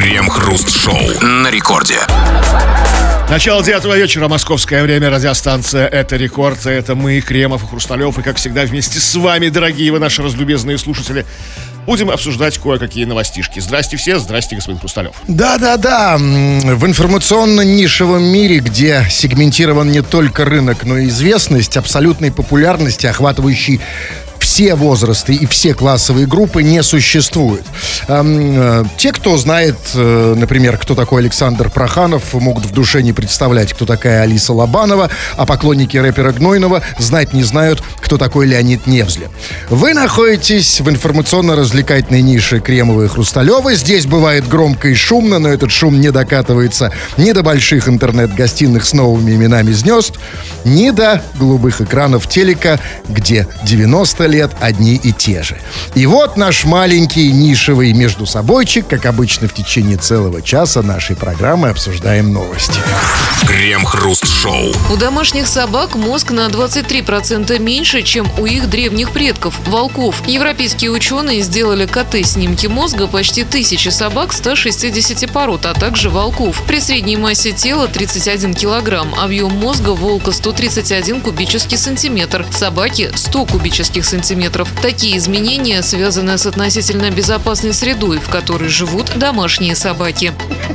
Крем-хруст-шоу на рекорде. Начало 9 вечера, московское время, радиостанция «Это рекорд». Это мы, Кремов и Хрусталев. И, как всегда, вместе с вами, дорогие вы наши разлюбезные слушатели, будем обсуждать кое-какие новостишки. Здрасте все, здрасте, господин Хрусталев. Да-да-да, в информационно-нишевом мире, где сегментирован не только рынок, но и известность, абсолютной популярности, охватывающей все возрасты и все классовые группы, не существует. Те, кто знает, например, кто такой Александр Проханов, могут в душе не представлять, кто такая Алиса Лобанова, а поклонники рэпера Гнойного знать не знают, кто такой Леонид Невзле. Вы находитесь в информационно-развлекательной нише Кремова и Хрусталева. Здесь бывает громко и шумно, но этот шум не докатывается ни до больших интернет-гостиных с новыми именами звезд, ни до голубых экранов телека, где 90 лет одни и те же. И вот наш маленький нишевый междусобойчик, как обычно, в течение целого часа нашей программы обсуждаем новости. Крем-хруст-шоу. У домашних собак мозг на 23% меньше, чем у их древних предков – волков. Европейские ученые сделали КТ-снимки мозга почти 1000 собак 160 пород, а также волков. При средней массе тела 31 килограмм, объем мозга волка 131 кубический сантиметр, собаки – 100 кубических сантиметров. Такие изменения связаны с относительно безопасной средой, в которой живут домашние собаки.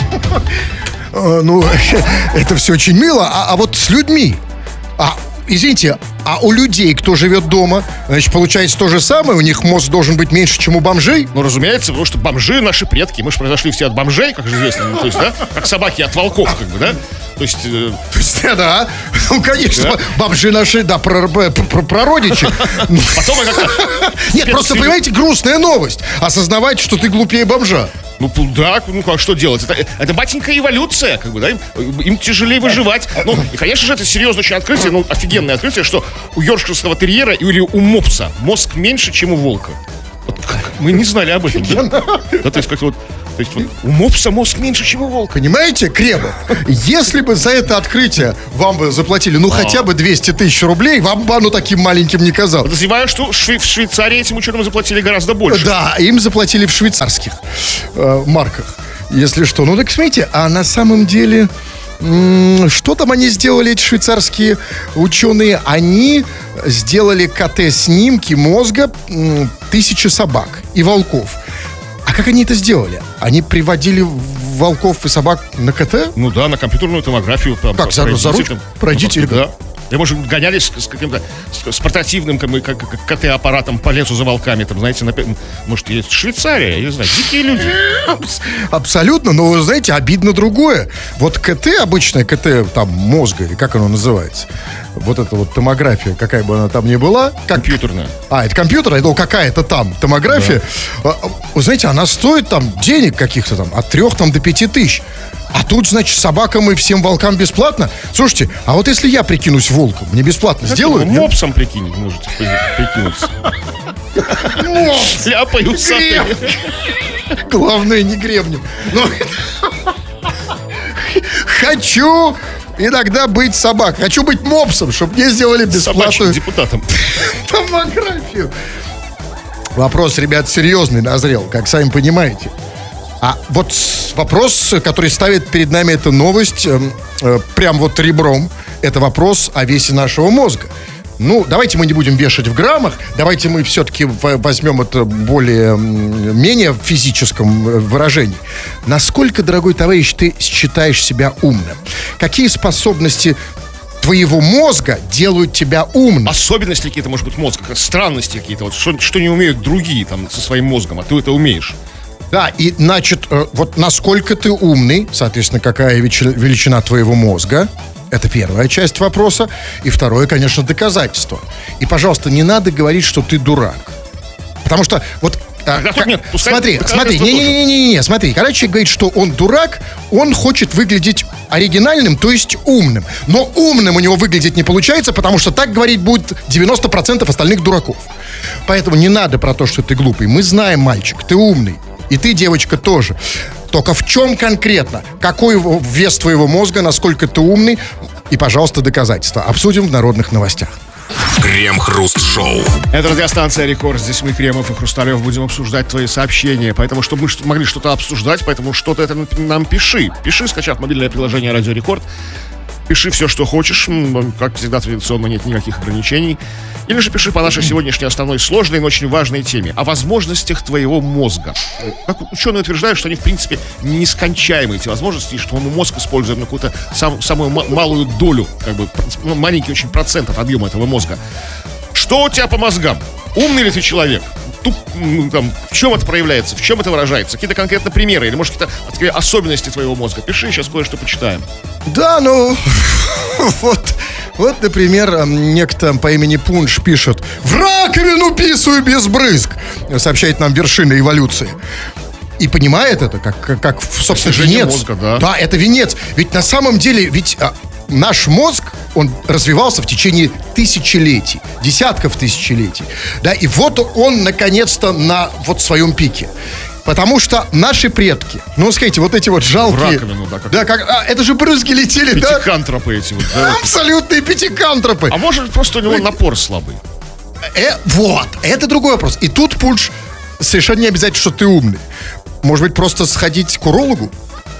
Ну, это все очень мило, а вот с людьми. Извините, а у людей, кто живет дома, значит, получается то же самое? У них мозг должен быть меньше, чем у бомжей? Ну, разумеется, потому что бомжи наши предки. Мы же произошли все от бомжей, как же известно. Ну, то есть, да, как собаки от волков, как бы, да? То есть, да, ну, конечно, да? Бомжи наши, да, прародичи. Потом как-то... Нет, просто, понимаете, грустная новость. Осознавать, что ты глупее бомжа. Ну, да, ну как, что делать? Это батенькая эволюция, как бы, да, им тяжелее выживать. Ну, и, конечно же, это серьезное очень открытие, ну, офигенное открытие, что у йоркширского терьера или у мопса мозг меньше, чем у волка. Вот, мы не знали об этом, да? Да, то есть, как-то вот... То есть, вот, у мопса мозг меньше, чем у волка. Понимаете, Кремов, если бы за это открытие вам бы заплатили, ну, хотя бы 200 тысяч рублей, вам бы оно таким маленьким не казалось. Подозреваю, что в Швейцарии этим ученым заплатили гораздо больше. Да, им заплатили в швейцарских марках, если что. Ну, так смотрите, а на самом деле... Что там они сделали, эти швейцарские ученые? Они сделали КТ-снимки мозга 1000 собак и волков. А как они это сделали? Они приводили волков и собак на КТ? Ну да, на компьютерную томографию. Там, как, за ручку? Пройдите? Да. И, может, гонялись с каким-то с портативным КТ-аппаратом по лесу за волками. Там, знаете, может, есть Швейцария, я не знаю, дикие люди. Абсолютно, но, вы знаете, обидно другое. Вот КТ, обычная КТ там мозга, или как оно называется? Вот эта вот томография, какая бы она там ни была. Компьютерная. Это компьютерная, ну какая-то там томография. Да. Вы знаете, она стоит там денег каких-то там от 3 до 5 тысяч. А тут, значит, собакам и всем волкам бесплатно. Слушайте, а вот если я прикинусь волком, мне бесплатно сделают? Мопсом прикинуть можете прикинуться. Сляпай усатый. Главное, не гребнем. Хочу иногда быть собакой. Хочу быть мопсом, чтобы мне сделали бесплатную депутатом томографию. Вопрос, ребят, серьезный назрел, как сами понимаете. А вот вопрос, который ставит перед нами эта новость, прям вот ребром, это вопрос о весе нашего мозга. Ну, давайте мы не будем вешать в граммах, давайте мы все-таки возьмем это более-менее в физическом выражении. Насколько, дорогой товарищ, ты считаешь себя умным? Какие способности твоего мозга делают тебя умным? Особенности какие-то, может быть, мозга, странности какие-то, вот, что не умеют другие там со своим мозгом, а ты это умеешь. Да, и, значит, вот насколько ты умный, соответственно, какая величина твоего мозга, это первая часть вопроса. И второе, конечно, доказательство. И, пожалуйста, не надо говорить, что ты дурак. Потому что, вот, смотри, смотри, когда человек говорит, что он дурак, он хочет выглядеть оригинальным, то есть умным. Но умным у него выглядеть не получается, потому что так говорить будет 90% остальных дураков. Поэтому не надо про то, что ты глупый. Мы знаем, мальчик, ты умный. И ты, девочка, тоже. Только в чем конкретно? Какой вес твоего мозга, насколько ты умный? И, пожалуйста, доказательства. Обсудим в народных новостях. Крем-хруст-шоу. Это радиостанция «Рекорд». Здесь мы, Кремов и Хрусталев, будем обсуждать твои сообщения. Поэтому, чтобы мы могли что-то обсуждать, поэтому что-то это нам пиши. Пиши, скачав мобильное приложение «Радио Рекорд». Пиши все, что хочешь. Как всегда, традиционно нет никаких ограничений. Или же пиши по нашей сегодняшней основной сложной, но очень важной теме. О возможностях твоего мозга. Как ученые утверждают, что они, в принципе, нескончаемы, эти возможности, и что мы мозг используем на какую-то самую малую долю, как бы маленький очень процент от объема этого мозга. Что у тебя по мозгам? Умный ли ты человек? В чем это проявляется? В чем это выражается? Какие-то конкретно примеры? Или, может, какие-то особенности твоего мозга? Пиши, сейчас кое-что почитаем. Да, ну, вот, например, некто по имени Пунш пишет: «В раковину писаю без брызг», сообщает нам вершина эволюции. И понимает это, как собственно, венец. Мозга, да. Да, это венец. Ведь на самом деле, наш мозг, он развивался в течение тысячелетий, десятков тысячелетий. Да, и вот он, наконец-то, на вот своем пике. Потому что наши предки, ну, скажите, вот эти вот жалкие... В раковину, да. Это же брызги летели, да? Пятикантропы эти вот. Да? Абсолютные пятикантропы. А может, просто у него напор слабый? Вот, это другой вопрос. И тут, Пунш, совершенно не обязательно, что ты умный. Может быть, просто сходить к урологу?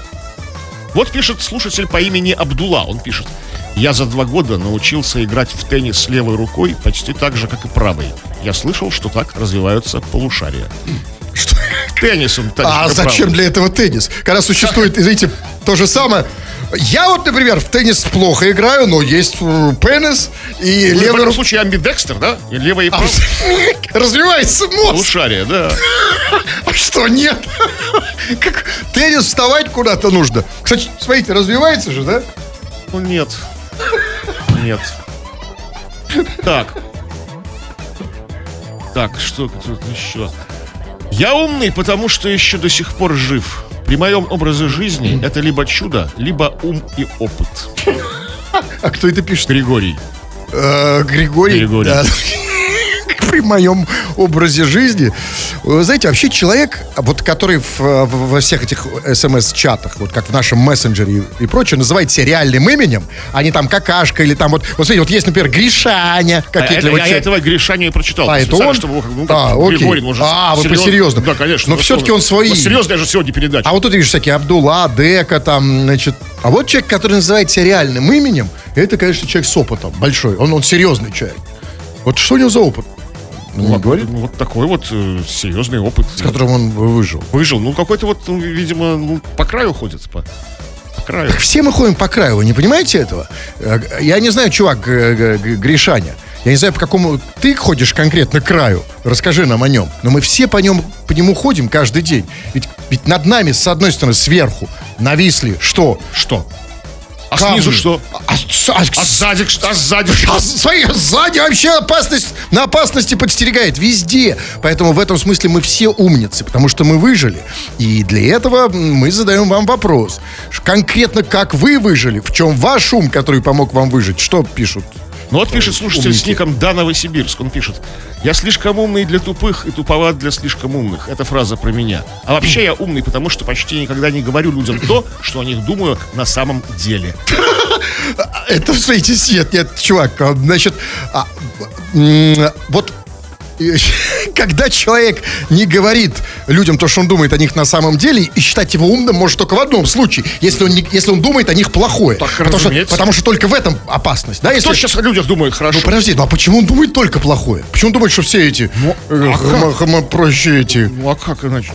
Вот пишет слушатель по имени Абдулла. Он пишет: «Я за 2 года научился играть в теннис левой рукой почти так же, как и правой. Я слышал, что так развиваются полушария». Что? Теннисом. А зачем для этого теннис? Когда существует, извините, то же самое. Я вот, например, в теннис плохо играю, но есть пенис и левый... В этом случае амбидекстер, да? И левый и правый. Развивается мозг. Полушария, да. А что, нет? Как теннис вставать куда-то нужно. Кстати, смотрите, развивается же, да? Ну, нет. Нет. Так, что тут еще? Я умный, потому что еще до сих пор жив. При моем образе жизни это либо чудо, либо ум и опыт. А кто это пишет? Григорий. Григорий. Да. При моем образе жизни. Вы знаете, вообще человек, вот который во всех этих СМС-чатах, вот как в нашем мессенджере и прочее, называет себя реальным именем, а не там какашка или там вот смотрите, вот есть, например, Гришаня. Я этого Гришаню и прочитал. А, это он? Чтобы, Григорий, может, вы по-серьезному. Да, конечно. Но все-таки он свои. Серьезная же сегодня передача. А вот тут видишь всякие Абдулла, Дека там, значит. А вот человек, который называет себя реальным именем, это, конечно, человек с опытом большой. Он серьезный человек. Вот что у него за опыт? Вот такой вот серьезный опыт. С которым он выжил. Ну, какой-то вот, видимо, по краю ходит. По краю. Все мы ходим по краю, вы не понимаете этого? Я не знаю, чувак, Гришаня. Я не знаю, по какому ты ходишь конкретно краю. Расскажи нам о нем. Но мы все по нему ходим каждый день. Ведь над нами, с одной стороны, сверху нависли что? Что? А камни. Снизу что? А сзади что? Сзади вообще на опасности подстерегает везде. Поэтому в этом смысле мы все умницы, потому что мы выжили. И для этого мы задаем вам вопрос. Конкретно как вы выжили? В чем ваш ум, который помог вам выжить? Что пишут? Ну вот пишет слушатель с ником Да Новосибирск. Он пишет: «Я слишком умный для тупых и туповат для слишком умных». Это фраза про меня. А вообще я умный, потому что почти никогда не говорю людям то, что о них думаю на самом деле. Это, смотрите, нет, чувак, значит, вот когда человек не говорит людям то, что он думает о них на самом деле, и считать его умным может только в одном случае, если он думает о них плохое. Потому что только в этом опасность. Да, кто сейчас о людях думает хорошо? Ну подожди, а почему он думает только плохое? Почему он думает, что все эти прочие эти... Ну а как иначе?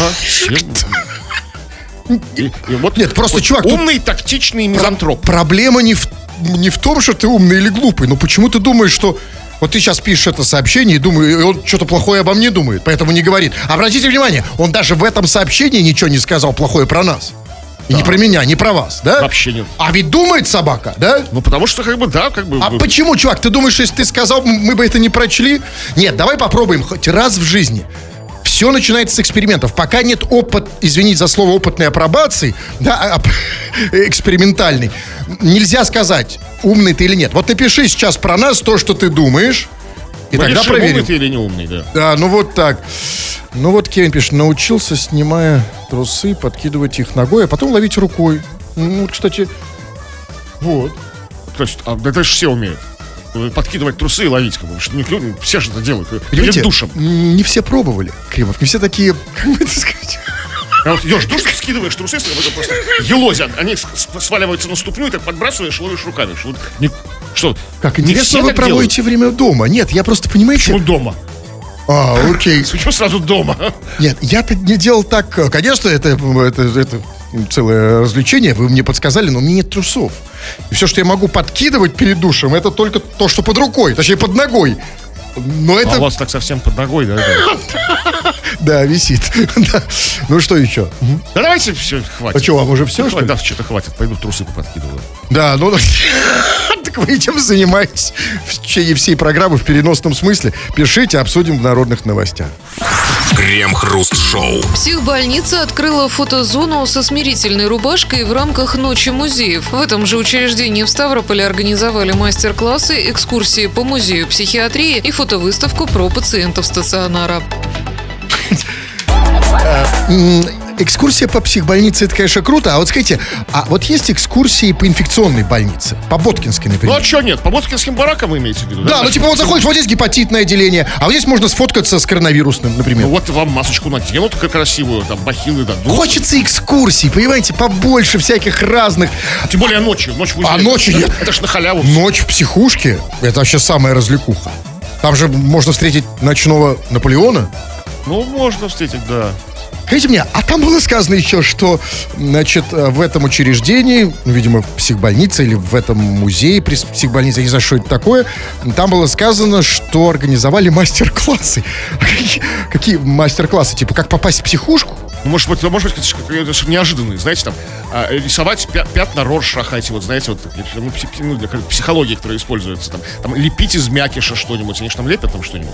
Да, нет, просто чувак... Умный, тактичный мизантроп. Проблема не в том, что ты умный или глупый, но почему ты думаешь, что... Вот ты сейчас пишешь это сообщение и он что-то плохое обо мне думает, поэтому не говорит. Обратите внимание, он даже в этом сообщении ничего не сказал плохое про нас. И не про меня, не про вас, да? Вообще нет. А ведь думает собака, да? Ну, потому что, да. А почему, чувак, ты думаешь, если ты сказал, мы бы это не прочли? Нет, давай попробуем хоть раз в жизни. Все начинается с экспериментов. Пока нет извините за слово, опытной апробации, да, экспериментальной, нельзя сказать, умный ты или нет. Вот напиши сейчас про нас то, что ты думаешь, и тогда проверим. Умный ты или не умный, да. Да, ну вот так. Ну вот Кевин пишет: научился, снимая трусы, подкидывать их ногой, а потом ловить рукой. Ну, кстати, вот. То есть, это же все умеют. подкидывать трусы и ловить, как бы. Все же это делают. Понимаете, Перед душем. не все пробовали, Кремов, не все такие, как бы это сказать... А вот идешь в душ, скидываешь трусы, это просто елозят. Они сваливаются на ступню, и так подбрасываешь, ловишь руками. Что? Как не интересно все вы так проводите время дома. Нет, я просто, понимаете... Почему дома? Окей. Почему сразу дома? Нет, я-то не делал так. Конечно, это целое развлечение, вы мне подсказали, но у меня нет трусов. И все, что я могу подкидывать перед душем, это только то, что под рукой, точнее, под ногой. Но это... А у вас так совсем под ногой, да? Да, висит. Да. Ну, что еще? Да давайте все, хватит. А что, вам уже все, что ли? Да, что-то хватит, пойду трусы поподкидываю. Да, ну... Так вы этим занимаетесь в течение всей программы в переносном смысле. Пишите, обсудим в народных новостях. Крем-хруст-шоу. Психбольница открыла фотозону со смирительной рубашкой в рамках Ночи музеев. В этом же учреждении в Ставрополе организовали мастер-классы, экскурсии по музею психиатрии и фотовыставку про пациентов стационара. Экскурсия по психбольнице, это, конечно, круто. А вот скажите, а вот есть экскурсии по инфекционной больнице? По Боткинской, например? Ну а что нет? По Боткинским баракам вы имеете в виду? Да, ну типа вот заходишь, вот здесь гепатитное отделение, а вот здесь можно сфоткаться с коронавирусным, например. Ну вот вам масочку наденут красивую, там бахилы дадут. Хочется экскурсий, понимаете, побольше всяких разных. Тем более ночью. Ночь в музее. А ночью нет. Это ж на халяву. Ночь в психушке, это вообще самая развлекуха. Там же можно встретить ночного Наполеона. Ну, можно встретить, да. Скажите мне, а там было сказано еще, что, значит, в этом учреждении, видимо, в психбольнице или в этом музее при психбольнице, я не знаю, что это такое, там было сказано, что организовали мастер-классы. Какие мастер-классы? Типа, как попасть в психушку? Ну, может быть, какие-то неожиданные, знаете, там, рисовать пятна Роршаха, эти вот, знаете, вот, для психологии, которые используются, там, лепить из мякиша что-нибудь, они же там лепят там что-нибудь.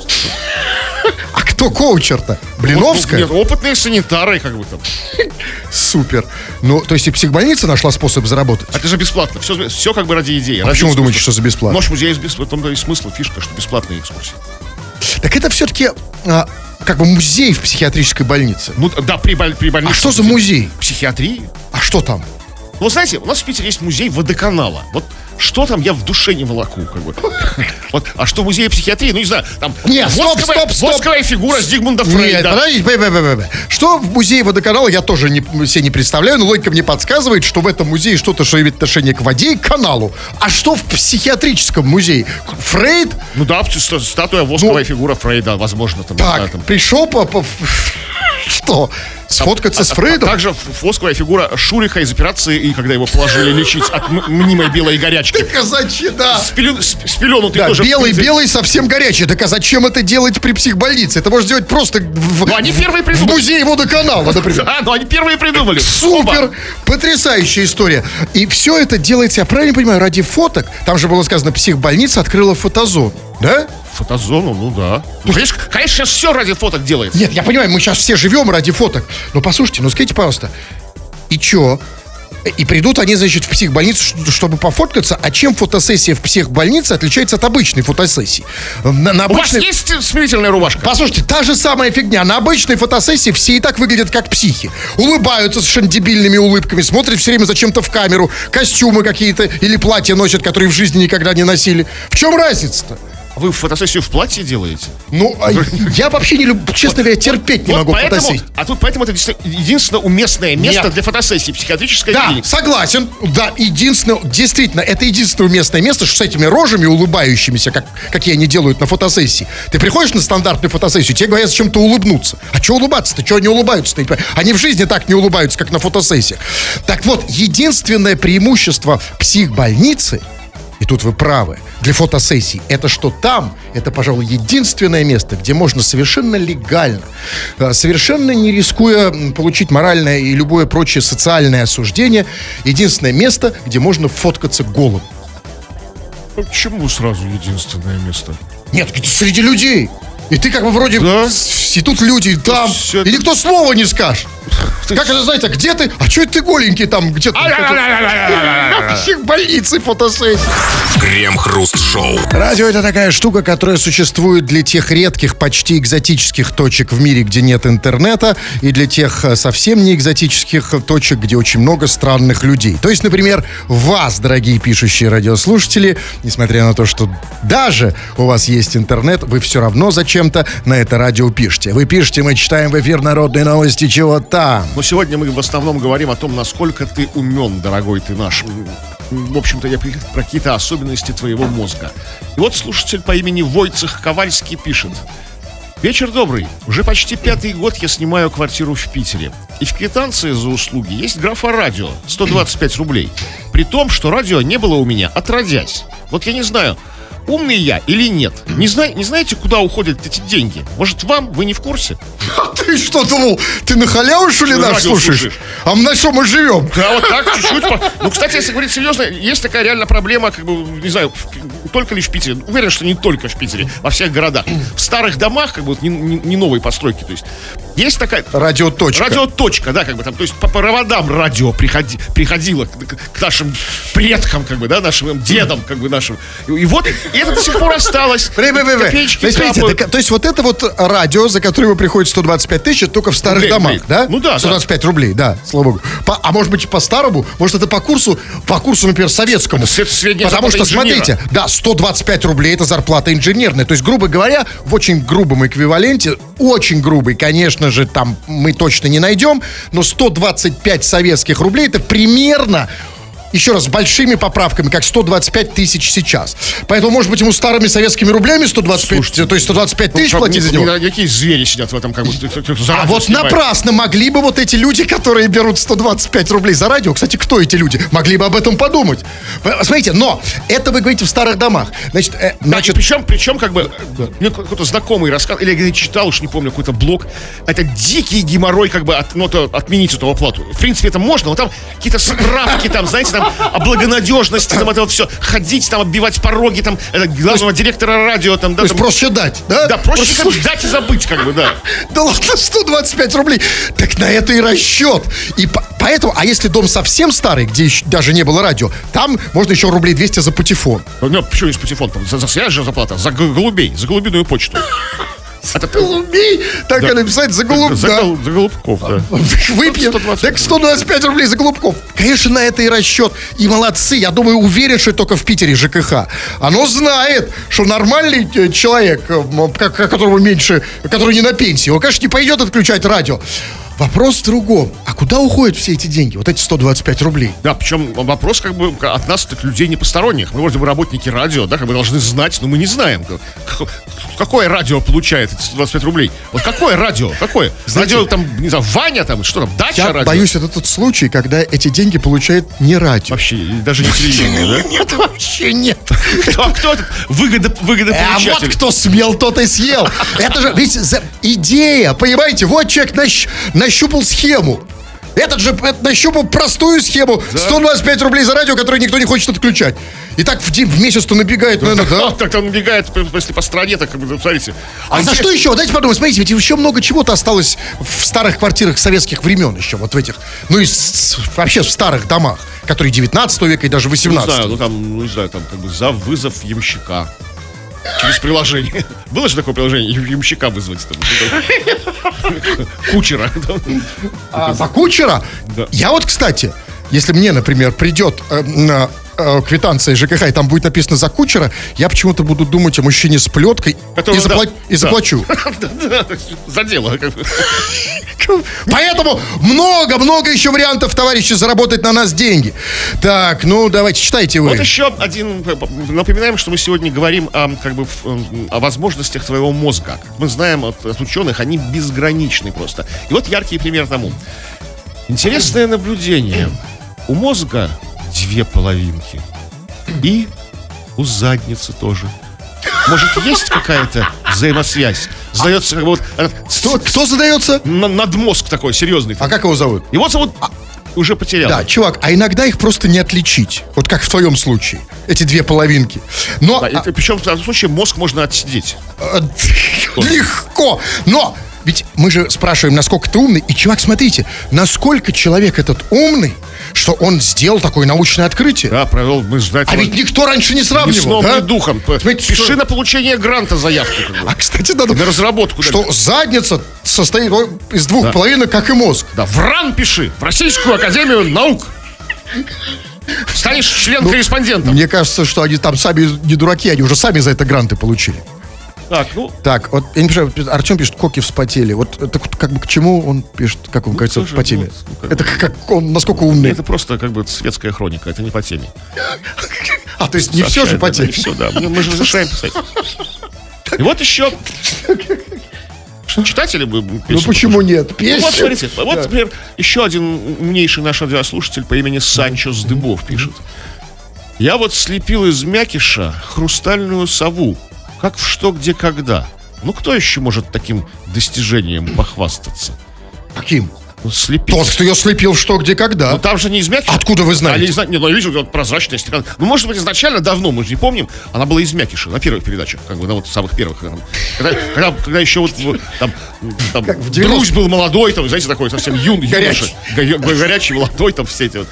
А кто коучер-то? Блиновская? Нет, опытные санитары, как бы там. Супер. Ну, то есть и психбольница нашла способ заработать? Это же бесплатно, все как бы ради идеи. А почему вы думаете, что за бесплатно? Ночь музея в том-то и смысл, фишка, что бесплатные экскурсии. Так это все-таки... как бы музей в психиатрической больнице. Ну да, при больнице. А что за музей? Психиатрии. А что там? Ну, знаете, у нас в Питере есть музей водоканала. Вот что там я в душе не волоку, как бы. Вот, а что в музее психиатрии? Ну, не знаю, там... Нет, стоп. Восковая фигура Зигмунда Нет, Фрейда. подождите, что в музее водоканала, я тоже себе не представляю, но логика мне подсказывает, что в этом музее что-то, что имеет отношение к воде и к каналу. А что в психиатрическом музее? Фрейд? Ну да, статуя, восковая фигура Фрейда, возможно. Там, так, там. пришел Что? Сфоткаться с Фрейдом? Также восковая фигура Шуриха из операции, и когда его положили лечить от мнимой белой горячки. Так а зачем, да? Спеленутый да, тоже. Белый совсем горячий. Так а зачем это делать при психбольнице? Это можно делать просто они первые придумали. В музее водоканала, например. Ну они первые придумали. Супер! Потрясающая история. И все это делается, я правильно понимаю, ради фоток? Там же было сказано, психбольница открыла фотозону, да? Фотозону, ну да. Ну, конечно, сейчас все ради фоток делается. Нет, я понимаю, мы сейчас все живем ради фоток. Но послушайте, скажите, пожалуйста, и чё? И придут они, значит, в психбольницу, чтобы пофоткаться. А чем фотосессия в психбольнице отличается от обычной фотосессии? У вас есть смирительная рубашка? Послушайте, та же самая фигня. На обычной фотосессии все и так выглядят как психи. Улыбаются совершенно дебильными улыбками, смотрят все время зачем-то в камеру, костюмы какие-то или платья носят, которые в жизни никогда не носили. В чем разница-то? Вы фотосессию в платье делаете? Ну, я вообще не люблю, честно говоря, терпеть не могу фотосессию. Поэтому это единственное уместное место для фотосессии, психиатрическое отделение. Да, согласен. Да, действительно, это единственное уместное место, что с этими рожами улыбающимися, какие они делают на фотосессии. Ты приходишь на стандартную фотосессию, тебе говорят зачем-то улыбнуться. А что улыбаться-то? Чего они улыбаются-то? Они в жизни так не улыбаются, как на фотосессиях. Так вот, единственное преимущество психбольницы, и тут вы правы, для фотосессий, это что там, это, пожалуй, единственное место, где можно совершенно легально, совершенно не рискуя получить моральное и любое прочее социальное осуждение, единственное место, где можно фоткаться голым. Почему сразу единственное место? Нет, это среди людей. И ты как бы вроде... Да? И тут люди, там... И никто слова не скажет. Как это, знаете, где ты? А что это ты голенький там? Где-то в больнице фотосессия. Крем-хруст-шоу. Радио — это такая штука, которая существует для тех редких, почти экзотических точек в мире, где нет интернета, и для тех совсем не экзотических точек, где очень много странных людей. То есть, например, вас, дорогие пишущие радиослушатели, несмотря на то, что даже у вас есть интернет, вы все равно зачем-то на это радио пишете. Вы пишете, мы читаем в эфир народные новости, чего там. Но сегодня мы в основном говорим о том, насколько ты умен, дорогой ты наш. В общем-то, я про какие-то особенности твоего мозга. И вот слушатель по имени Войцех Ковальский пишет. Вечер добрый. Уже почти 5-й год я снимаю квартиру в Питере. И в квитанции за услуги есть графа радио. 125 рублей. При том, что радио не было у меня отродясь. Вот я не знаю, умный я или нет. Не знаете, куда уходят эти деньги? Может, вы не в курсе? А ты что думал? Ты на халяву, что ли, нас слушаешь? А на что мы живем? Да, вот так, чуть-чуть. Ну, кстати, если говорить серьезно, есть такая реально проблема, как бы, не знаю, только ли в Питере. Уверен, что не только в Питере, во всех городах. В старых домах, как бы, не новые постройки. То есть, есть такая... Радиоточка. Радиоточка, да, как бы там. То есть, по проводам радио приходило к нашим предкам, как бы, да, нашим дедам, как бы, нашим. И вот, и это до сих пор осталось. Копеечки капают. То есть, вот это вот радио, за которое приходит 125 тысяч, это только в старых домах, да? Ну да. 125 рублей, да, слава богу. А может быть, по-старому? Может, это по курсу, например, советскому? Потому что, смотрите, да, 125 рублей это зарплата инженерная. То есть, грубо говоря, в очень грубом эквиваленте, очень грубый, конечно же, там мы точно не найдем, но 125 советских рублей это примерно... Еще раз, с большими поправками, как 125 тысяч сейчас. Поэтому, может быть, ему старыми советскими рублями 125, слушайте, то есть 125 тысяч платить за него. Какие звери сидят в этом, как бы. А вот напрасно могли бы вот эти люди, которые берут 125 рублей за радио, кстати, кто эти люди, могли бы об этом подумать. Смотрите, но это вы говорите в старых домах. Значит, причем как бы, мне какой-то знакомый рассказ, или я читал, уж не помню, какой-то блог, это дикий геморрой, как бы, отменить эту оплату. В принципе, это можно, но там какие-то справки, там, знаете, там, о благонадежности, там, это вот все, ходить, там, оббивать пороги, там, главного директора радио, там, да. То есть проще дать, да? Да, проще дать и забыть, как бы, да. Да ладно, 125 рублей. Так на это и расчет. И поэтому, а если дом совсем старый, где еще даже не было радио, там можно еще рублей 200 за патефон. Ну, почему есть патефон? За связь же заплата, за голубей, за голубиную почту. За голубей? Так и написать, за голубков. За голубков, да. Выпьем. Так 125 рублей за голубков. Конечно, на это и расчет. И молодцы. Я думаю, уверен, что только в Питере ЖКХ. Оно знает, что нормальный человек, которому меньше, который не на пенсии, он, конечно, не пойдет отключать радио. Вопрос в другом. А куда уходят все эти деньги? Вот эти 125 рублей. Да, причем вопрос как бы от нас, так, людей не посторонних. Мы вроде бы работники радио, да, как бы должны знать, но мы не знаем. Какое радио получает эти 125 рублей? Вот какое радио? Какое? Знаете, радио там, не знаю, Ваня там, что там, Дача радио? Я боюсь, это тот случай, когда эти деньги получает не радио. Вообще, даже не телевидение, да? Нет, вообще нет. Кто этот выгодополучатель? А вот кто смел, тот и съел. Это же, видите, идея, понимаете? Вот человек нащупал схему. Этот же нащупал простую схему. Да. 125 рублей за радио, которое никто не хочет отключать. И так в месяц-то набегает, наверное, да? Так он набегает, если по стране, так, смотрите. А за что еще? Дайте подумать, смотрите, ведь еще много чего-то осталось в старых квартирах советских времен еще, вот в этих, ну и вообще в старых домах, которые 19 века и даже 18. Не знаю, там как бы за вызов ямщика. Через приложение. Было же такое приложение, ямщика вызвать там. Кучера. За кучера? Да. Я вот, кстати, если мне, например, придет квитанция ЖКХ, и там будет написано «за кучера», я почему-то буду думать о мужчине с плеткой и заплачу. За дело. Поэтому много еще вариантов, товарищи, заработать на нас деньги. Так, ну давайте, читайте вы. Вот еще один. Напоминаем, что мы сегодня говорим о возможностях твоего мозга. Как мы знаем от ученых, они безграничны просто. И вот яркий пример тому. Интересное наблюдение. У мозга 2 половинки. И у задницы тоже. Может, есть какая-то взаимосвязь? Задается как бы вот... Кто задается? Надмозг такой серьезный. А как его зовут? Его зовут... Уже потерял. Да, чувак, а иногда их просто не отличить. Вот как в твоем случае. Эти 2 половинки. Но... Да, причем в этом случае мозг можно отсидеть. Легко. Но... ведь мы же спрашиваем, насколько ты умный. И, чувак, смотрите, насколько человек этот умный, что он сделал такое научное открытие. Да, провел, мы знаете. А ведь никто раньше не ни сравнивал, сном, да? ни духом. Смотрите, Пиши что- на получение гранта заявку. как бы. А, кстати, надо... На разработку. Что задница состоит из двух половинок, как и мозг. Да, в РАН пиши, в Российскую Академию Наук. Станешь член-корреспондентом. Мне кажется, что они там сами не дураки, они уже сами за это гранты получили. Так, ну, Так, вот, я не понимаю, Артем пишет, коки вспотели. Вот это как бы к чему он пишет, как он кажется, слушай, по теме? ну, как Это как он, насколько умный. это просто как бы светская хроника, это не по теме. А, то есть не все же по теме. Не все, да. Мы же разрешаем писать. И вот еще... Читатели бы Ну песню почему послушали. нет? Ну, Песня. вот, смотрите, вот, например, еще один умнейший наш радиослушатель по имени Санчо с Дыбов пишет. Я вот слепил из мякиша хрустальную сову, как в что, где, когда. Ну, кто еще может таким достижением похвастаться? Каким? Ну, слепить. Тот, кто ее слепил, что, где, когда. Ну, там же не из мякиша. Откуда вы знаете? А, не знаю, ну, видите, вот прозрачная стеклянная. Ну, может быть, изначально давно, мы же не помним, она была из мякиша на первых передачах, как бы, на вот самых первых. Когда еще вот там Как в 90-х. Друзь был молодой, там, знаете, такой совсем Горячий. горячий, молодой, там все эти вот.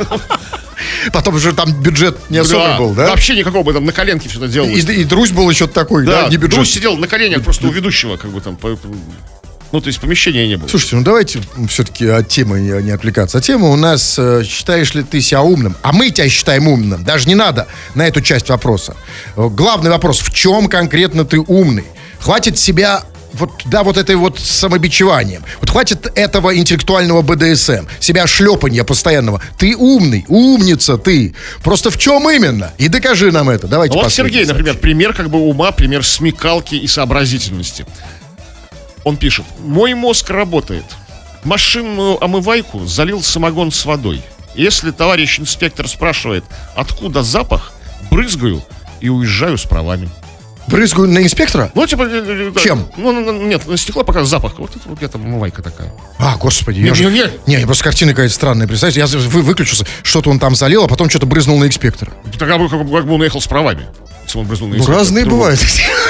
Потом же там бюджет не особый был, да? Вообще никакого, бы там на коленке все это делалось. И Друзь был еще такой, да, Да, не бюджет. Друзь сидел на коленях просто у ведущего, как бы там. Ну, то есть помещения не было. Слушайте, ну давайте все-таки от темы не отвлекаться. А тема у нас, считаешь ли ты себя умным? А мы тебя считаем умным. Даже не надо на эту часть вопроса. Главный вопрос, в чем конкретно ты умный? Хватит себя вот этой вот самобичеванием. Вот хватит этого интеллектуального БДСМ, себя шлепанья постоянного. Ты умный, умница ты. Просто в чем именно? И докажи нам это. Давайте Вот последний Сергей, сообщение. например, пример как бы ума, пример смекалки и сообразительности. Он пишет: мой мозг работает. Машинную омывайку залил самогон с водой. Если товарищ инспектор спрашивает, откуда запах, брызгаю и уезжаю с правами. Брызгаю на инспектора? Ну, типа... Чем? Нет, на стекло пока запах. Вот это вот где-то омывайка такая. А, господи. Нет, я же- нет. Не, просто картина какая-то странная. Представьте, я выключился, что-то он там залил, а потом что-то брызнул на инспектора. Тогда как бы он уехал с правами. Если он брызнул на Ну, инспектора. разные Другого. бывают.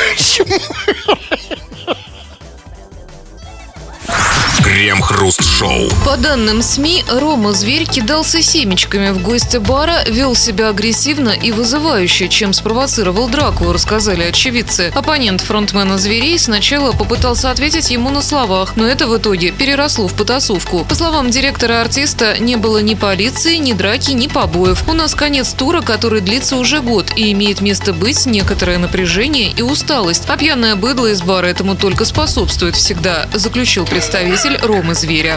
Крем-хруст-шоу. По данным СМИ, Рома Зверь кидался семечками в гости бара, вел себя агрессивно и вызывающе, чем спровоцировал драку, рассказали очевидцы. Оппонент фронтмена Зверей сначала попытался ответить ему на словах, но это в итоге переросло в потасовку. По словам директора артиста, не было ни полиции, ни драки, ни побоев. У нас конец тура, который длится уже год, и имеет место быть некоторое напряжение и усталость. А пьяное быдло из бара этому только способствует всегда, заключил представитель Ромы Зверя.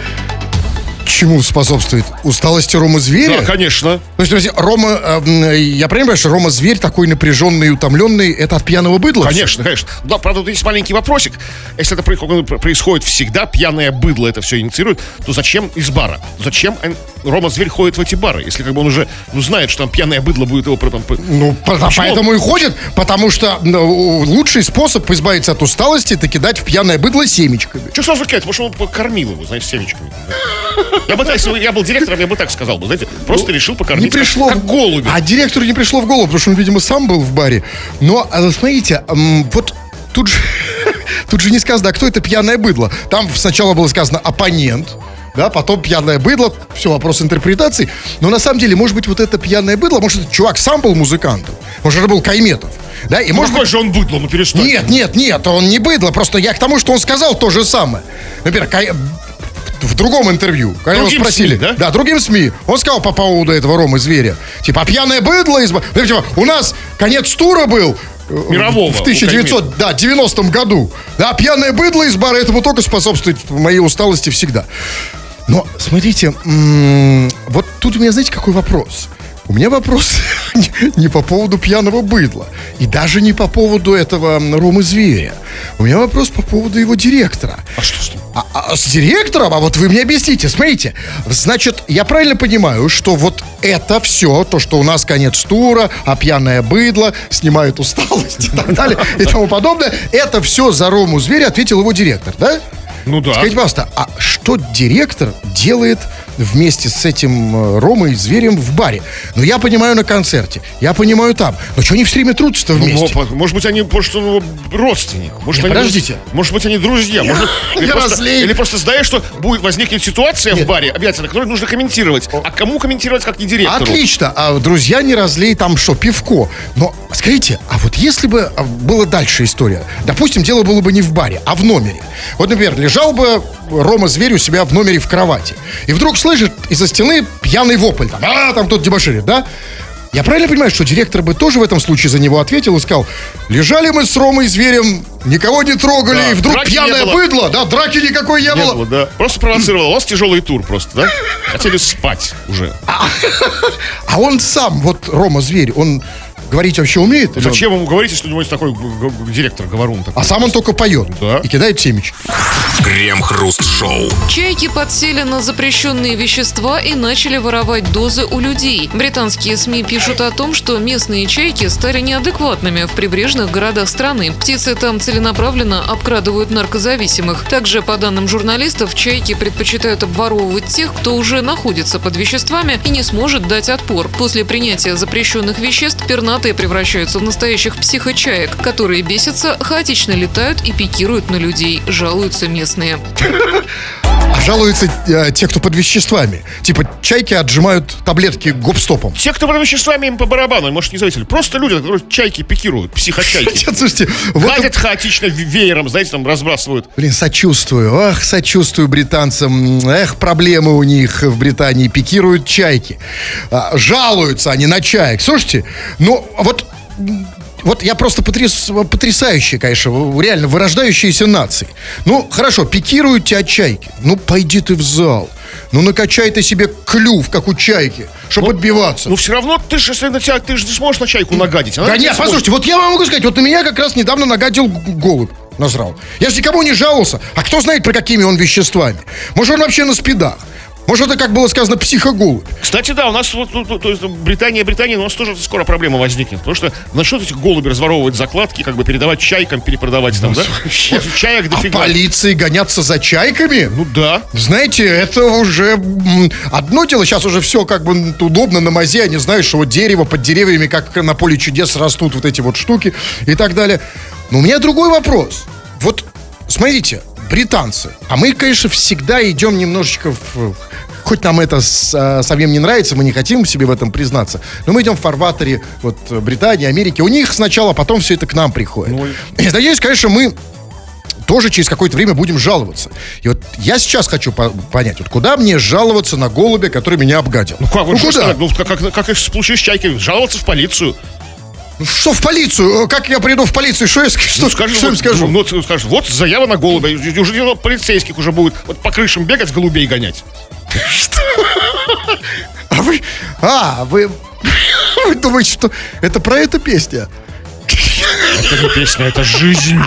Чему способствует? Усталости Ромы Зверя? Да, конечно. То есть, подожди, Рома, я понимаю, что Рома Зверь такой напряженный и утомленный, это от пьяного быдла? Конечно, конечно. Да, правда, тут есть маленький вопросик. Если это происходит всегда, пьяное быдло это все инициирует, то зачем из бара? Зачем Рома Зверь ходит в эти бары? Если как бы он уже знает, что там пьяное быдло будет его... Ну, поэтому и ходит, потому что лучший способ избавиться от усталости — это кидать в пьяное быдло семечками. Что сразу кидать? Потому что он покормил его, знаете, семечками. Я бы так, если бы я был директором, я бы так сказал бы, знаете, просто решил покормить Не пришло как голуби. А директору не пришло в голову, потому что он, видимо, сам был в баре. Но, смотрите, вот тут же, тут же не сказано, а кто это пьяное быдло. Там сначала было сказано оппонент, да, потом пьяное быдло, все, вопрос интерпретации. Но на самом деле, может быть, вот это пьяное быдло, может, этот чувак сам был музыкантом, может, это был Кайметов. Да, и может Какой быть... же он быдло, ну перестань. Нет, он не быдло, просто я к тому, что он сказал то же самое. Например, в другом интервью, когда его Другим спросили, СМИ, да? Да, другим СМИ, он сказал по поводу этого Ромы Зверя, типа, а пьяное быдло типа, у нас конец тура был Мирового, в 1990 году. Да, пьяное быдло из бара этому только способствует моей усталости всегда. Но, смотрите, вот тут у меня, знаете, какой вопрос? У меня вопрос не по поводу пьяного быдла. И даже не по поводу этого Ромы Зверя. У меня вопрос по поводу его директора. А что с ним? А с директором? А вот вы мне объясните, смотрите. Значит, я правильно понимаю, что вот это все, то, что у нас конец тура, а пьяное быдло снимает усталость и так далее, и тому подобное, это все за Рому Зверя ответил его директор, да? Ну да. Скажите, пожалуйста, а что директор делает вместе с этим Ромой Зверем в баре. Ну, я понимаю, на концерте. Я понимаю там. Но что они все время трутся-то вместе? Может быть, они просто родственник. Может, Нет, они, подождите. Может быть, они друзья. Или просто знаешь, что будет возникнет ситуация в баре, обязательно, которую нужно комментировать. А кому комментировать, как не директору? Отлично. А друзья, не разлей там что, пивко. Но скажите, а вот если бы была дальше история, допустим, дело было бы не в баре, а в номере. Вот, например, лежал бы Рома Зверь у себя в номере в кровати. И вдруг слышит из-за стены пьяный вопль. Там кто-то дебоширит, да? Я правильно понимаю, что директор бы тоже в этом случае за него ответил и сказал: лежали мы с Ромой Зверем, никого не трогали, Да, и вдруг драки пьяное не было. быдло, да, драки никакой не было. Да. Просто провоцировал. У вас тяжелый тур просто, да? Хотели спать уже. А он сам, вот Рома Зверь, он говорить вообще умеет? Зачем ему говорить, если у него есть такой директор, говорун такой? А сам он только поет, Да. и кидает семечки. Крем-хруст-шоу. Чайки подсели на запрещенные вещества и начали воровать дозы у людей. Британские СМИ пишут о том, что местные чайки стали неадекватными в прибрежных городах страны. Птицы там целенаправленно обкрадывают наркозависимых. Также, по данным журналистов, чайки предпочитают обворовывать тех, кто уже находится под веществами и не сможет дать отпор. После принятия запрещенных веществ пернатые превращаются в настоящих психочаек, которые бесятся, хаотично летают и пикируют на людей, жалуются местные. А жалуются те, кто под веществами. Типа чайки отжимают таблетки гоп-стопом. Те, кто под веществами, им по барабану, может, не заметили. Просто люди, которые чайки пикируют, психочайки. Нет, слушайте, вот Гадят хаотично веером, знаете, там разбрасывают. блин, сочувствую. Ах, сочувствую британцам. Эх, проблемы у них в Британии. Пикируют чайки. Жалуются они на чаек. Слушайте, ну вот я просто потрясающие, конечно, реально вырождающиеся нации. Ну, хорошо, пикируют тебя чайки. Ну, пойди ты в зал. Ну, накачай ты себе клюв, как у чайки, чтобы отбиваться. Но все равно ты же, если на тебя, ты же не сможешь на чайку нагадить. Она Да не нет, сможет. послушайте, вот я вам могу сказать, вот на меня как раз недавно нагадил голубь, насрал. Я же никому не жаловался. А кто знает, про какими он веществами? Может, он вообще на спидах? Может, это, как было сказано, психоголубь? Кстати, да, у нас вот, то есть Британия, но у нас тоже скоро проблема возникнет. Потому что начнут эти голуби разворовывать закладки, как бы передавать чайкам, перепродавать там, да? Вот чаек А дофига. полиции гоняться за чайками? Ну да. Знаете, это уже одно дело, сейчас уже все как бы удобно на мазе, они знают, что вот дерево под деревьями, как на поле чудес, растут вот эти вот штуки и так далее. Но у меня другой вопрос. Вот, смотрите, британцы, а мы, конечно, всегда идем немножечко хоть нам это совсем не нравится, мы не хотим себе в этом признаться, но мы идем в фарватере вот Британии, Америки. У них сначала, а потом все это к нам приходит. И надеюсь, конечно, мы тоже через какое-то время будем жаловаться. И вот я сейчас хочу понять, вот куда мне жаловаться на голубя, который меня обгадил? Ну как, куда? Как в случае с чайкой, жаловаться в полицию. Что в полицию? Как я приду в полицию? Что я что им скажу? Ну, скажешь, вот заява на голубя. Уже полицейских уже будет вот по крышам бегать, голубей гонять. Что? Вы думаете, что это про эту песня? Это не песня, это жизнь.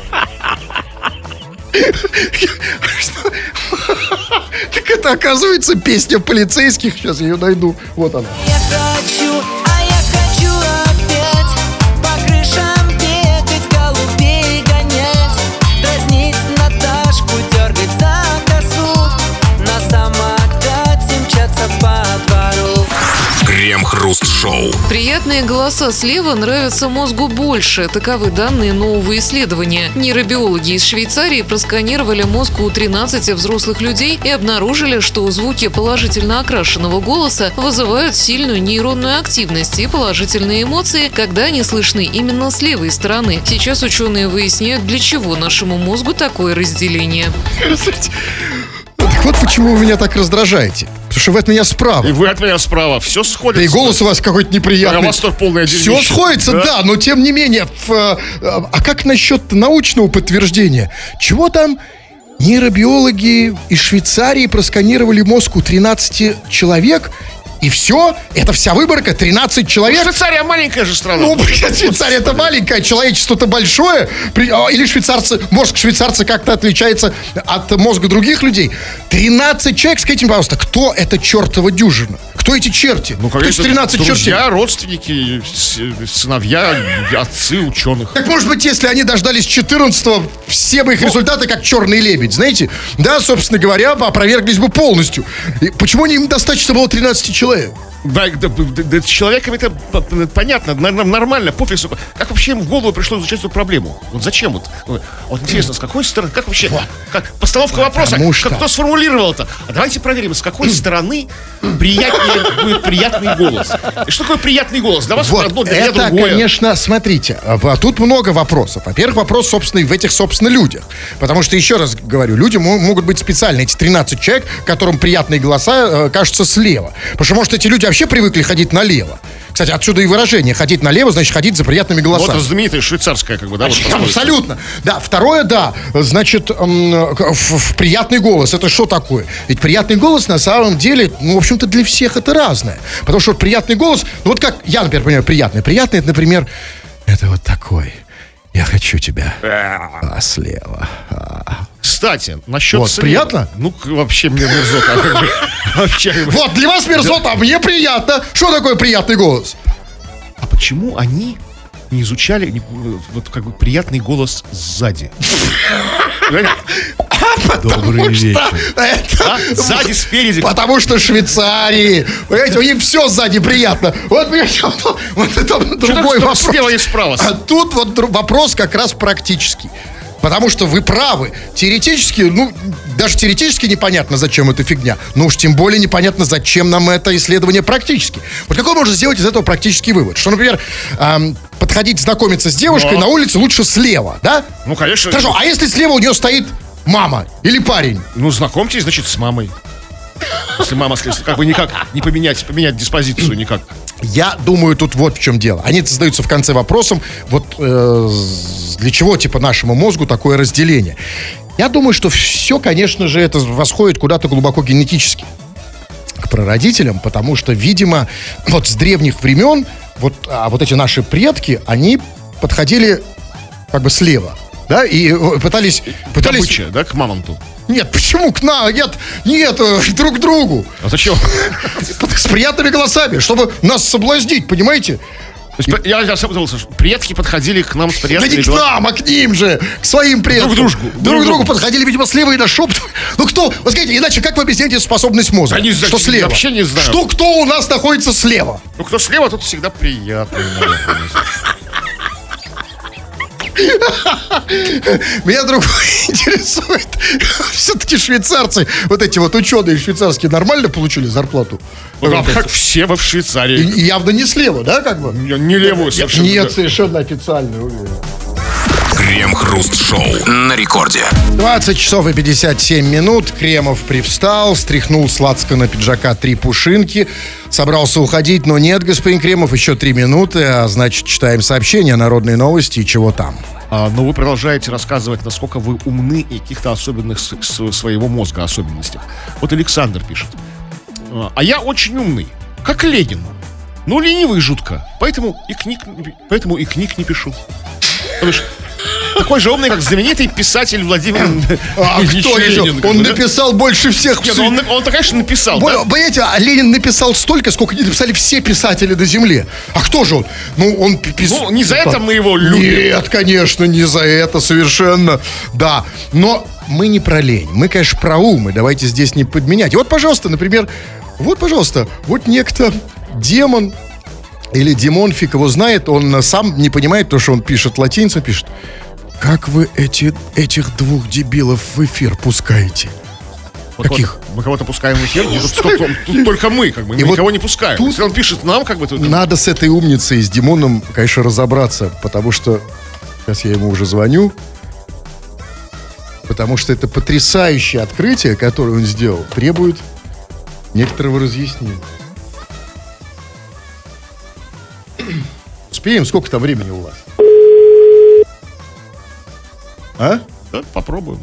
Так это, оказывается, песня полицейских. Сейчас я ее найду. Вот она. Я хочу опять по крышам бегать, голубей гонять, дразнить Наташку, дергать за косу, на самокате мчаться по двору. Крем-хруст-шоу. Приятные голоса слева нравятся мозгу больше. Таковы данные нового исследования. Нейробиологи из Швейцарии просканировали мозг у 13 взрослых людей и обнаружили, что звуки положительно окрашенного голоса вызывают сильную нейронную активность и положительные эмоции, когда они слышны именно с левой стороны. Сейчас ученые выясняют, для чего нашему мозгу такое разделение. Так вот почему вы меня так раздражаете. Потому что вы от меня справа. И вы от меня справа. Все сходится. Да и голос у вас какой-то неприятный. А у вас тоже полное Все дерьмище. сходится, да, но тем не менее. А как насчет научного подтверждения? Чего там нейробиологи из Швейцарии просканировали мозг у 13 человек? И все? Это вся выборка? 13 человек? Швейцария маленькая же страна. Ну, блин, Швейцария это маленькая, человечество-то большое. Или мозг швейцарца как-то отличается от мозга других людей. 13 человек, скажите мне, пожалуйста, кто это чертова дюжина? Кто Кто эти черти? Ну, Кто эти конечно, 13 чертей? друзья, родственники, сыновья, отцы ученых. Так, может быть, если они дождались 14-го, все бы их результаты как черный лебедь, знаете? Да, собственно говоря, опроверглись бы полностью. И почему им достаточно было 13 человек? Да, с человеком это понятно, нормально, пофиг. Как вообще им в голову пришло изучать эту проблему? Вот зачем вот? Вот интересно, с какой стороны, как вообще, как постановка вопроса, что... кто сформулировал это? А давайте проверим, с какой стороны приятнее будет приятный голос. И что такое приятный голос? Для вас Вот, одно, для меня это, другое. конечно, смотрите, тут много вопросов. Во-первых, вопрос, собственно, в этих, собственно, людях. Потому что, еще раз говорю, люди могут быть специально, эти 13 человек, которым приятные голоса кажутся слева. Потому что, может, эти люди вообще привыкли ходить налево. Кстати, отсюда и выражение. Ходить налево, значит, ходить за приятными голосами. Вот знаменитая швейцарская, как бы, да? Вот, абсолютно. Да, второе, да. Значит, приятный голос. Это что такое? Ведь приятный голос, на самом деле, ну, в общем-то, для всех это разное. Потому что вот приятный голос, ну, вот как я, например, понимаю, приятный. Приятный, это, например, это вот такой. Я хочу тебя. Слева. Кстати, насчет Вот, слева. приятно? Ну, вообще мне мерзота. Вообще. Вот, для вас мерзота, а мне приятно. Что такое приятный голос? А почему они не изучали вот как бы приятный голос сзади? Добрый вечер. Сзади, спереди. Потому что Швейцарии, понимаете, у них все сзади приятно. Вот, понимаете, вот это другой вопрос. Слева и справа. А тут вот вопрос как раз практический. Потому что вы правы. Теоретически, ну, даже теоретически непонятно, зачем эта фигня. Но уж тем более непонятно, зачем нам это исследование практически. Вот какой можно сделать из этого практический вывод? Что, например, подходить знакомиться с девушкой на улице лучше слева, да? Ну, конечно. Хорошо, а если слева у нее стоит мама или парень? Ну, знакомьтесь, значит, с мамой. Если мама, как бы никак не поменять диспозицию никак. Я думаю, тут вот в чем дело. Они задаются в конце вопросом, вот для чего, типа, нашему мозгу такое разделение. Я думаю, что все, конечно же, это восходит куда-то глубоко генетически к прародителям, потому что, видимо, вот с древних времен вот эти наши предки, они подходили как бы слева, да, и пытались... Добыча, да, к мамонту. Нет, почему к нам? Нет, друг к другу. А зачем? С приятными голосами, чтобы нас соблазнить, понимаете? То есть, я задумался, что предки подходили к нам с Да приятными не к нам, а к ним же, к своим предкам. Друг к Друг к другу подходили, видимо, слева и нашептывали. Ну кто, вот скажите, иначе как вы объясняете способность мозга? Да не знаю, что слева? вообще не знаю. Кто у нас находится слева? Ну, кто слева, тот всегда приятный. Меня другое интересует. Все-таки швейцарцы, вот эти вот ученые швейцарские, нормально получили зарплату? Ну, как все в Швейцарии. И явно не слева, да, как бы? Не левую совершенно. Нет, совершенно официально, уверен. Крем-хруст-шоу на рекорде. 20 часов и 57 минут. Кремов привстал, стряхнул с лацкана пиджака 3 пушинки. Собрался уходить, но нет, господин Кремов, еще 3 минуты. А значит, читаем сообщения, народные новости и чего там. Но вы продолжаете рассказывать, насколько вы умны и каких-то особенных своего мозга особенностях. Вот Александр пишет. А я очень умный, как Ленин. Но ленивый жутко. Поэтому и книг не пишу. Такой же умный, как знаменитый писатель Владимир Ильич кто еще? Ленин. Он написал больше всех. Нет, он-то, конечно, написал. Понимаете, а Ленин написал столько, сколько не написали все писатели на земле. А кто же он? Ну, он писал. Ну, не за это мы его любим. Нет, конечно, не за это совершенно. Да, но мы не про лень. Мы, конечно, про ум. И давайте здесь не подменять. И вот, пожалуйста, например, вот некто демон или Димон, фиг его знает, он сам не понимает то, что он пишет латиницей, пишет. Как вы этих двух дебилов в эфир пускаете? Вот Каких? Мы кого-то пускаем в эфир, тут только мы, как бы, мы никого не пускаем. Если он пишет нам, как бы... Надо с этой умницей, с Димоном, конечно, разобраться, потому что... Сейчас я ему уже звоню. Потому что это потрясающее открытие, которое он сделал, требует некоторого разъяснения. Успеем? Сколько там времени у вас? А? Да, попробуем.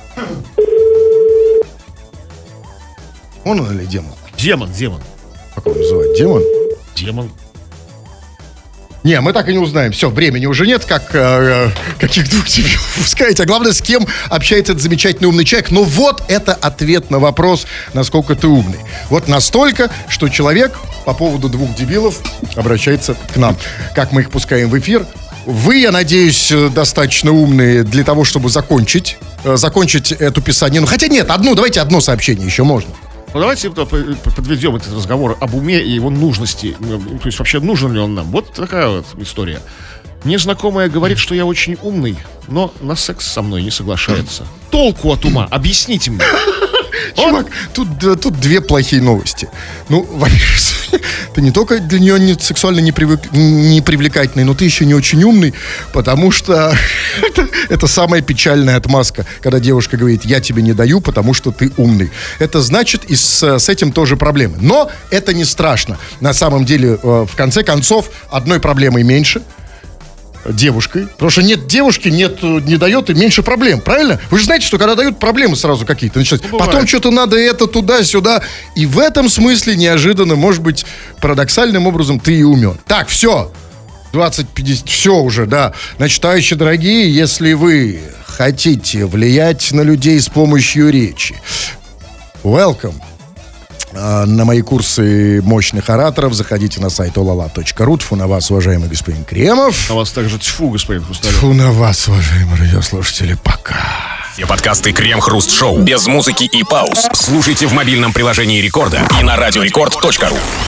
Он или демон? Демон. Как его называют? Демон? Демон. Не, мы так и не узнаем. Все, времени уже нет, каких двух дебилов пускаете. А главное, с кем общается этот замечательный умный человек. Но вот это ответ на вопрос, насколько ты умный. Вот настолько, что человек по поводу двух дебилов обращается к нам. Как мы их пускаем в эфир. Вы, я надеюсь, достаточно умные для того, чтобы закончить эту писанину. Хотя нет, давайте одно сообщение еще можно. Ну, давайте подведем этот разговор об уме и его нужности. То есть, вообще, нужен ли он нам? Вот такая вот история. Мне знакомая говорит, что я очень умный, но на секс со мной не соглашается. Толку от ума? Объясните мне. Чувак, тут две плохие новости. Ну, во-первых, ты не только для нее сексуально не привлекательный, но ты еще не очень умный, потому что это самая печальная отмазка, когда девушка говорит: я тебе не даю, потому что ты умный. Это значит, и с этим тоже проблемы. Но это не страшно. На самом деле, в конце концов, одной проблемой меньше. Девушкой. Потому что нет девушки, не дает и меньше проблем. Правильно? Вы же знаете, что когда дают, проблемы сразу какие-то начинаются. Потом что-то надо это туда-сюда. И в этом смысле неожиданно, может быть, парадоксальным образом ты и умен. Так, все. 20-50, все уже, да. Значит, товарищи дорогие, если вы хотите влиять на людей с помощью речи, welcome. На мои курсы мощных ораторов заходите на сайт olala.ru. Тьфу на вас, уважаемый господин Кремов. На вас также тьфу, господин Хрусталев. Тьфу на вас, уважаемые радиослушатели. Пока. Все подкасты Крем-Хруст Шоу без музыки и пауз слушайте в мобильном приложении Рекорда и на радиорекорд.ру.